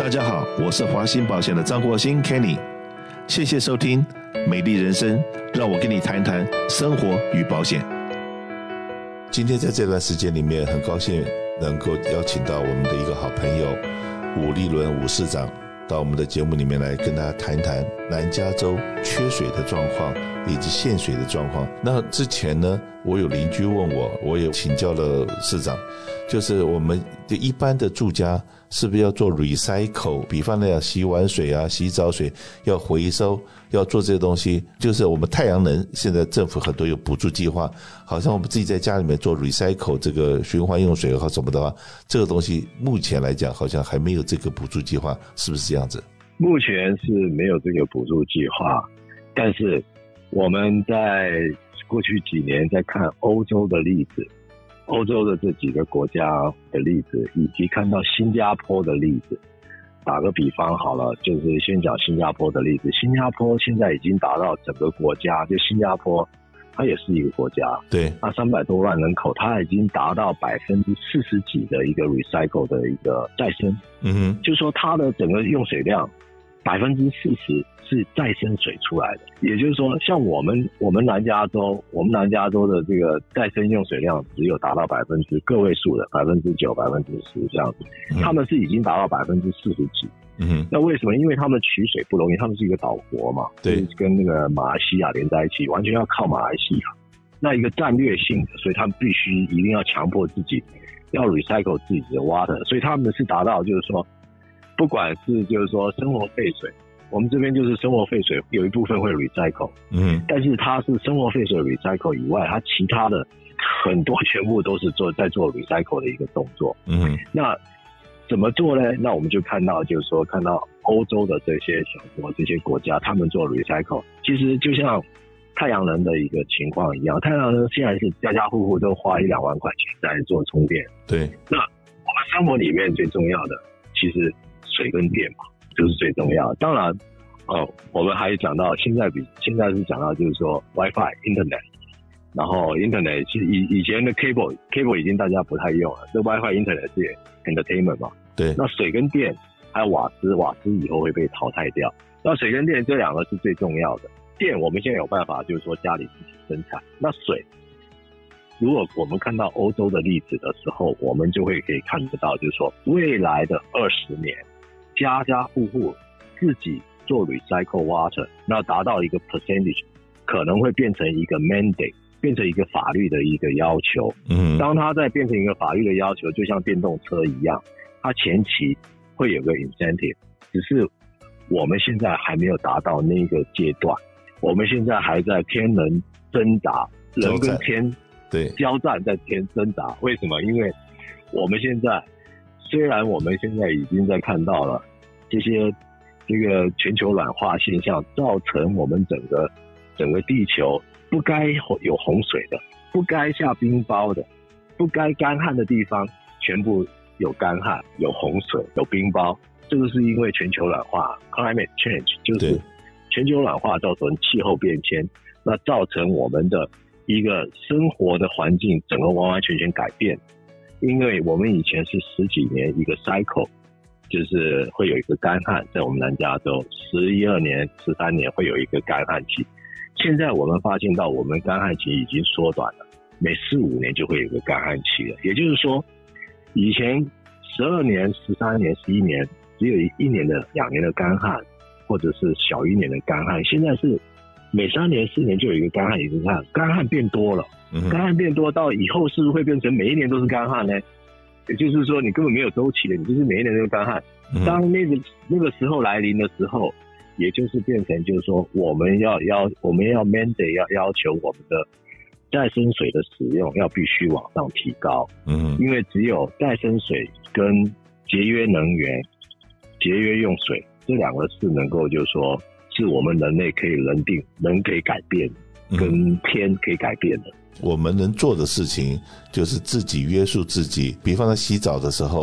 大家好，我是华兴保险的张国兴 Kenny， 谢谢收听美丽人生，让我跟你谈谈生活与保险。今天在这段时间里面，很高兴能够邀请到我们的一个好朋友伍立伦伍市长到我们的节目里面来跟大家谈谈南加州缺水的状况以及限水的状况。那之前呢，我有邻居问我也请教了市长，就是我们的一般的住家是不是要做 recycle， 比方呢要洗碗水啊、洗澡水要回收，要做这些东西。就是我们太阳能现在政府很多有补助计划，好像我们自己在家里面做 recycle 这个循环用水和什么的话，这个东西目前来讲好像还没有这个补助计划，是不是这样子？ 目前是没有这个补助计划，但是我们在过去几年在看欧洲的例子，欧洲的这几个国家的例子，以及看到新加坡的例子。打个比方好了，就是先讲新加坡的例子。新加坡现在已经达到整个国家，就新加坡它也是一个国家， 对， 那300多万人口，它已经达到40%几的一个 recycle 的一个再生。就是说它的整个用水量40%是再生水出来的。也就是说，像我们南加州的这个再生用水量只有达到个位数的9%、10%这样子，他们是已经达到40%几。那为什么？因为他们取水不容易，他们是一个岛国嘛，对，就是跟那个马来西亚连在一起，完全要靠马来西亚。那一个战略性的，所以他们必须一定要强迫自己要 recycle 自己的 water， 所以他们是达到就是说，不管是就是说生活废水，我们这边就是生活废水有一部分会 recycle， 但是它是生活废水 recycle 以外，它其他的很多全部都是在做 recycle 的一个动作。那怎么做呢？那我们就看到就是说，看到欧洲的这些小国这些国家，他们做 recycle， 其实就像太阳能的一个情况一样，太阳能现在是家家户户都花1-2万块钱在做充电。对，那我们生活里面最重要的其实水跟电嘛，就是最重要的。当然我们还讲到现在是讲到就是说 WiFi Internet， 然后 Internet 其实以前的 cable 已经大家不太用了，这 WiFi Internet 是 entertainment 嘛。对，那水跟电还有瓦斯以后会被淘汰掉，那水跟电这两个是最重要的。电我们现在有办法就是说家里自己生产，那水如果我们看到欧洲的例子的时候，我们就会可以看得到就是说未来的20年家家户户自己做 recycle water， 那达到一个 percentage 可能会变成一个 mandate， 变成一个法律的一个要求。当它在变成一个法律的要求，就像电动车一样，它前期会有个 incentive， 只是我们现在还没有达到那个阶段，我们现在还在天人挣扎，人跟天交战，在天挣扎。为什么？因为我们现在虽然我们现在已经在看到了这个全球暖化现象造成我们整个地球不该有洪水的，不该下冰雹的，不该干旱的地方全部有干旱、有洪水、有冰雹。这个是因为全球暖化 climate change， 就是全球暖化造成气候变迁，那造成我们的一个生活的环境整个完完全全改变。因为我们以前是10几年一个 cycle， 就是会有一个干旱，在我们南加州11、12年、13年会有一个干旱期。现在我们发现到我们干旱期已经缩短了，每4、5年就会有一个干旱期了。也就是说，以前12年、13年、11年只有1年的、2年的干旱，或者是小1年的干旱，现在是每3年、4年就有一个干旱，干旱变多了。干旱变多到以后是不是会变成每一年都是干旱呢？也就是说你根本没有周期的，你就是每一年都是干旱。当那个时候来临的时候，也就是变成就是说我们要 mandate 要求我们的再生水的使用要必须往上提高。因为只有再生水跟节约能源、节约用水这两个是能够就是说是我们人类可以人可以改变，跟天可以改变的。我们能做的事情就是自己约束自己，比方说洗澡的时候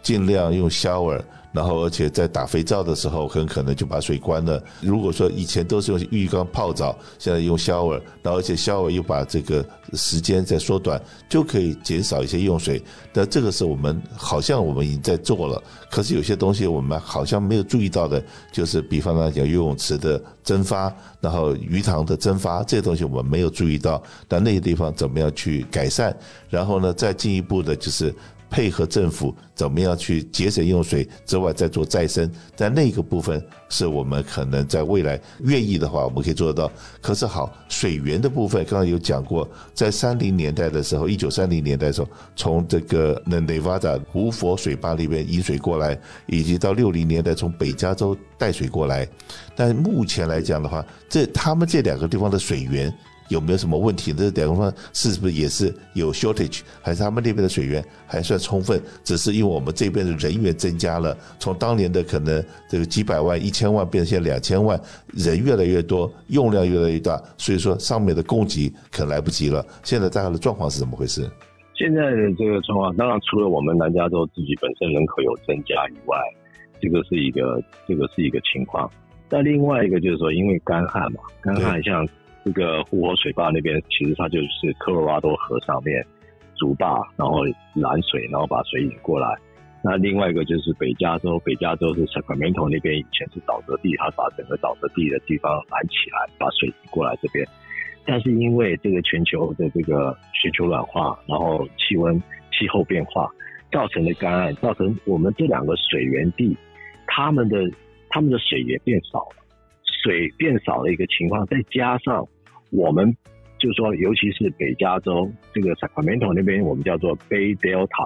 尽量用 shower，然后而且在打肥皂的时候很可能就把水关了。如果说以前都是用浴缸泡澡，现在用 shower， 然后而且 shower 又把这个时间再缩短，就可以减少一些用水。但这个是我们好像我们已经在做了，可是有些东西我们好像没有注意到的，就是比方来讲游泳池的蒸发，然后鱼塘的蒸发，这些东西我们没有注意到，但那些地方怎么样去改善，然后呢再进一步的就是配合政府怎么样去节省用水之外再做再生，但那个部分是我们可能在未来愿意的话我们可以做得到。可是好，水源的部分刚刚有讲过，在30年代的时候，1930年代的时候，从这个 Nevada 胡佛水坝那边引水过来，以及到60年代从北加州带水过来。但目前来讲的话，他们这两个地方的水源有没有什么问题？这两个地方是不是也是有 shortage， 还是他们那边的水源还算充分？只是因为我们这边的人员增加了，从当年的可能这个几百万、1000万变成现在2000万，人越来越多，用量越来越大，所以说上面的供给可能来不及了。现在大概的状况是怎么回事？ 现在的这个状况，当然除了我们南加州自己本身人口有增加以外，这个是一个情况。但另外一个就是说，因为干旱嘛，干旱像这个胡佛水坝那边，其实它就是科罗拉多河上面筑坝，然后拦水，然后把水引过来。那另外一个就是北加州是 Sacramento 那边以前是沼泽地，它把整个沼泽地的地方拦起来，把水引过来这边。但是因为这个全球的这个全球暖化，然后气候变化造成的干旱，造成我们这两个水源地，他们的水也变少了。水变少的一个情况，再加上我们就是说，尤其是北加州这个 Sacramento 那边，我们叫做 Bay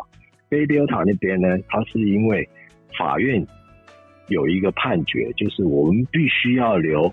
Delta 那边呢，它是因为法院有一个判决，就是我们必须要留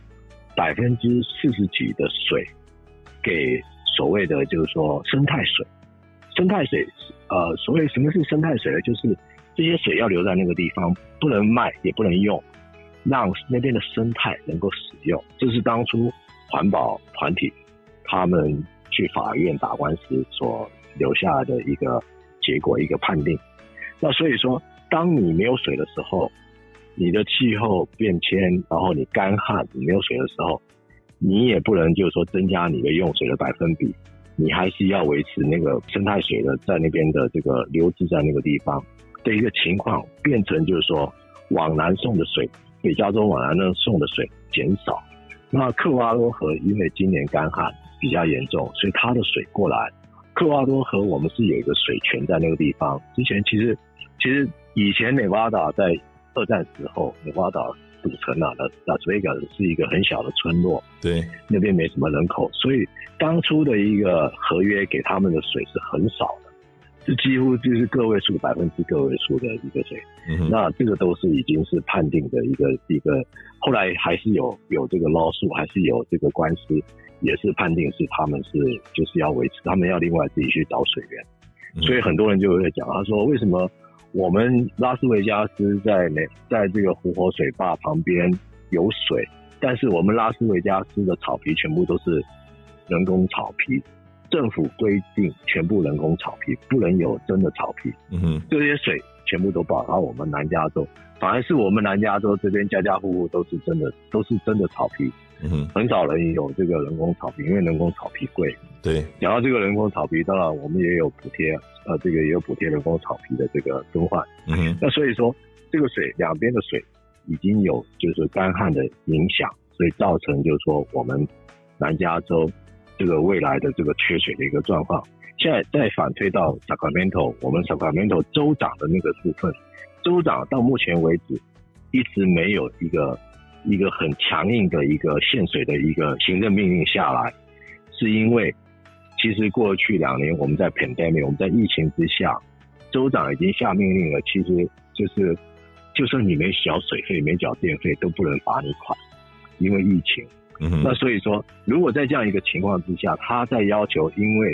40%几的水给所谓的就是说生态水。生态水所谓什么是生态水呢？就是这些水要留在那个地方，不能卖也不能用，让那边的生态能够使用。这是当初环保团体他们去法院打官司所留下来的一个结果，一个判定。那所以说，当你没有水的时候，你的气候变迁，然后你干旱，你没有水的时候，你也不能就是说增加你的用水的百分比，你还是要维持那个生态水的在那边的这个流置在那个地方的一个情况，变成就是说往南送的水，北加州往南送的水减少。那科罗拉多河因为今年干旱比较严重，所以它的水过来，科罗拉多河我们是有一个水泉在那个地方。之前其实以前内华达在2战时候，内华达赌城拉斯维加斯是一个很小的村落， 对，那边没什么人口，所以当初的一个合约给他们的水是很少的，是几乎就是个位数%个位数的一个水。那这个都是已经是判定的一个，后来还是有这个lawsuit，还是有这个官司，也是判定是他们就是要维持，他们要另外自己去找水源。所以很多人就会讲，他说为什么我们拉斯维加斯在这个胡佛水坝旁边有水，但是我们拉斯维加斯的草皮全部都是人工草皮，政府规定全部人工草皮，不能有真的草皮。这些水全部都跑到我们南加州，反而是我们南加州这边家家户户都是真的草皮。很少人有这个人工草皮，因为人工草皮贵。 对， 讲到这个人工草皮，当然我们也有补贴，这个也有补贴人工草皮的这个更换。那所以说这个水两边的水已经有就是干旱的影响，所以造成就是说我们南加州这个未来的这个缺水的一个状况。现在再反推到 Sacramento， 我们 Sacramento 州长的那个部分，州长到目前为止一直没有一个很强硬的一个限水的一个行政命令下来，是因为其实过去2年我们在 pandemic， 我们在疫情之下，州长已经下命令了，其实就算你没缴水费没缴电费都不能罚你款，因为疫情。那所以说如果在这样一个情况之下，他在要求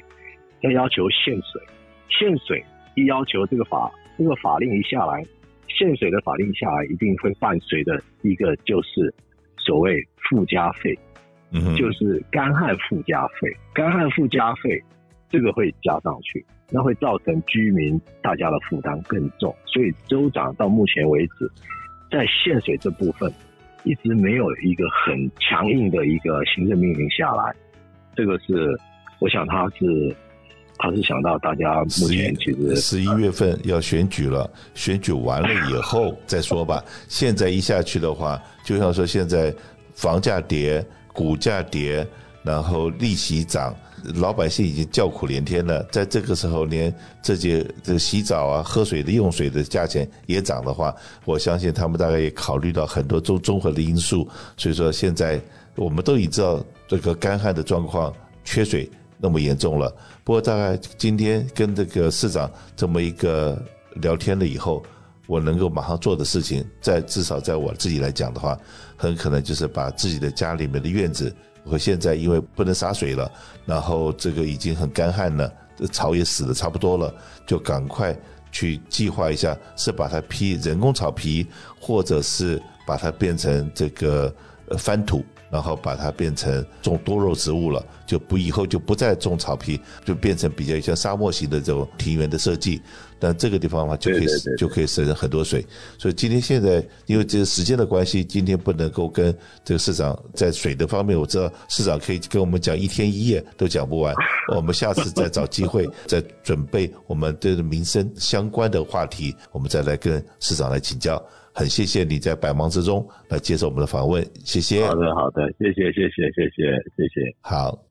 限水一要求这个法令一下来，限水的法令下来一定会伴随的一个就是所谓附加费，就是干旱附加费，这个会加上去。 那会造成居民大家的负担更重。所以州长到目前为止在限水这部分一直没有一个很强硬的一个行政命令下来，这个是我想他是想到大家目前其实 11月份要选举了，选举完了以后再说吧。现在一下去的话，就像说现在房价跌，股价跌，然后利息涨，老百姓已经叫苦连天了。在这个时候，连这洗澡啊、喝水的用水的价钱也涨的话，我相信他们大概也考虑到很多综合的因素。所以说，现在我们都已知道这个干旱的状况，缺水那么严重了。不过大概今天跟这个市长这么一个聊天了以后，我能够马上做的事情，至少在我自己来讲的话，很可能就是把自己的家里面的院子，我现在因为不能洒水了，然后这个已经很干旱了，草也死得差不多了，就赶快去计划一下，是把它批人工草皮，或者是把它变成这个翻土，然后把它变成种多肉植物了，以后就不再种草皮，就变成比较像沙漠型的这种庭园的设计。但这个地方的话就可以省很多水。所以今天现在因为这个时间的关系，今天不能够跟这个市长在水的方面，我知道市长可以跟我们讲1天1夜都讲不完，我们下次再找机会再准备我们对民生相关的话题，我们再来跟市长来请教。很谢谢你在百忙之中来接受我们的访问，谢谢。 好的，谢谢。 好。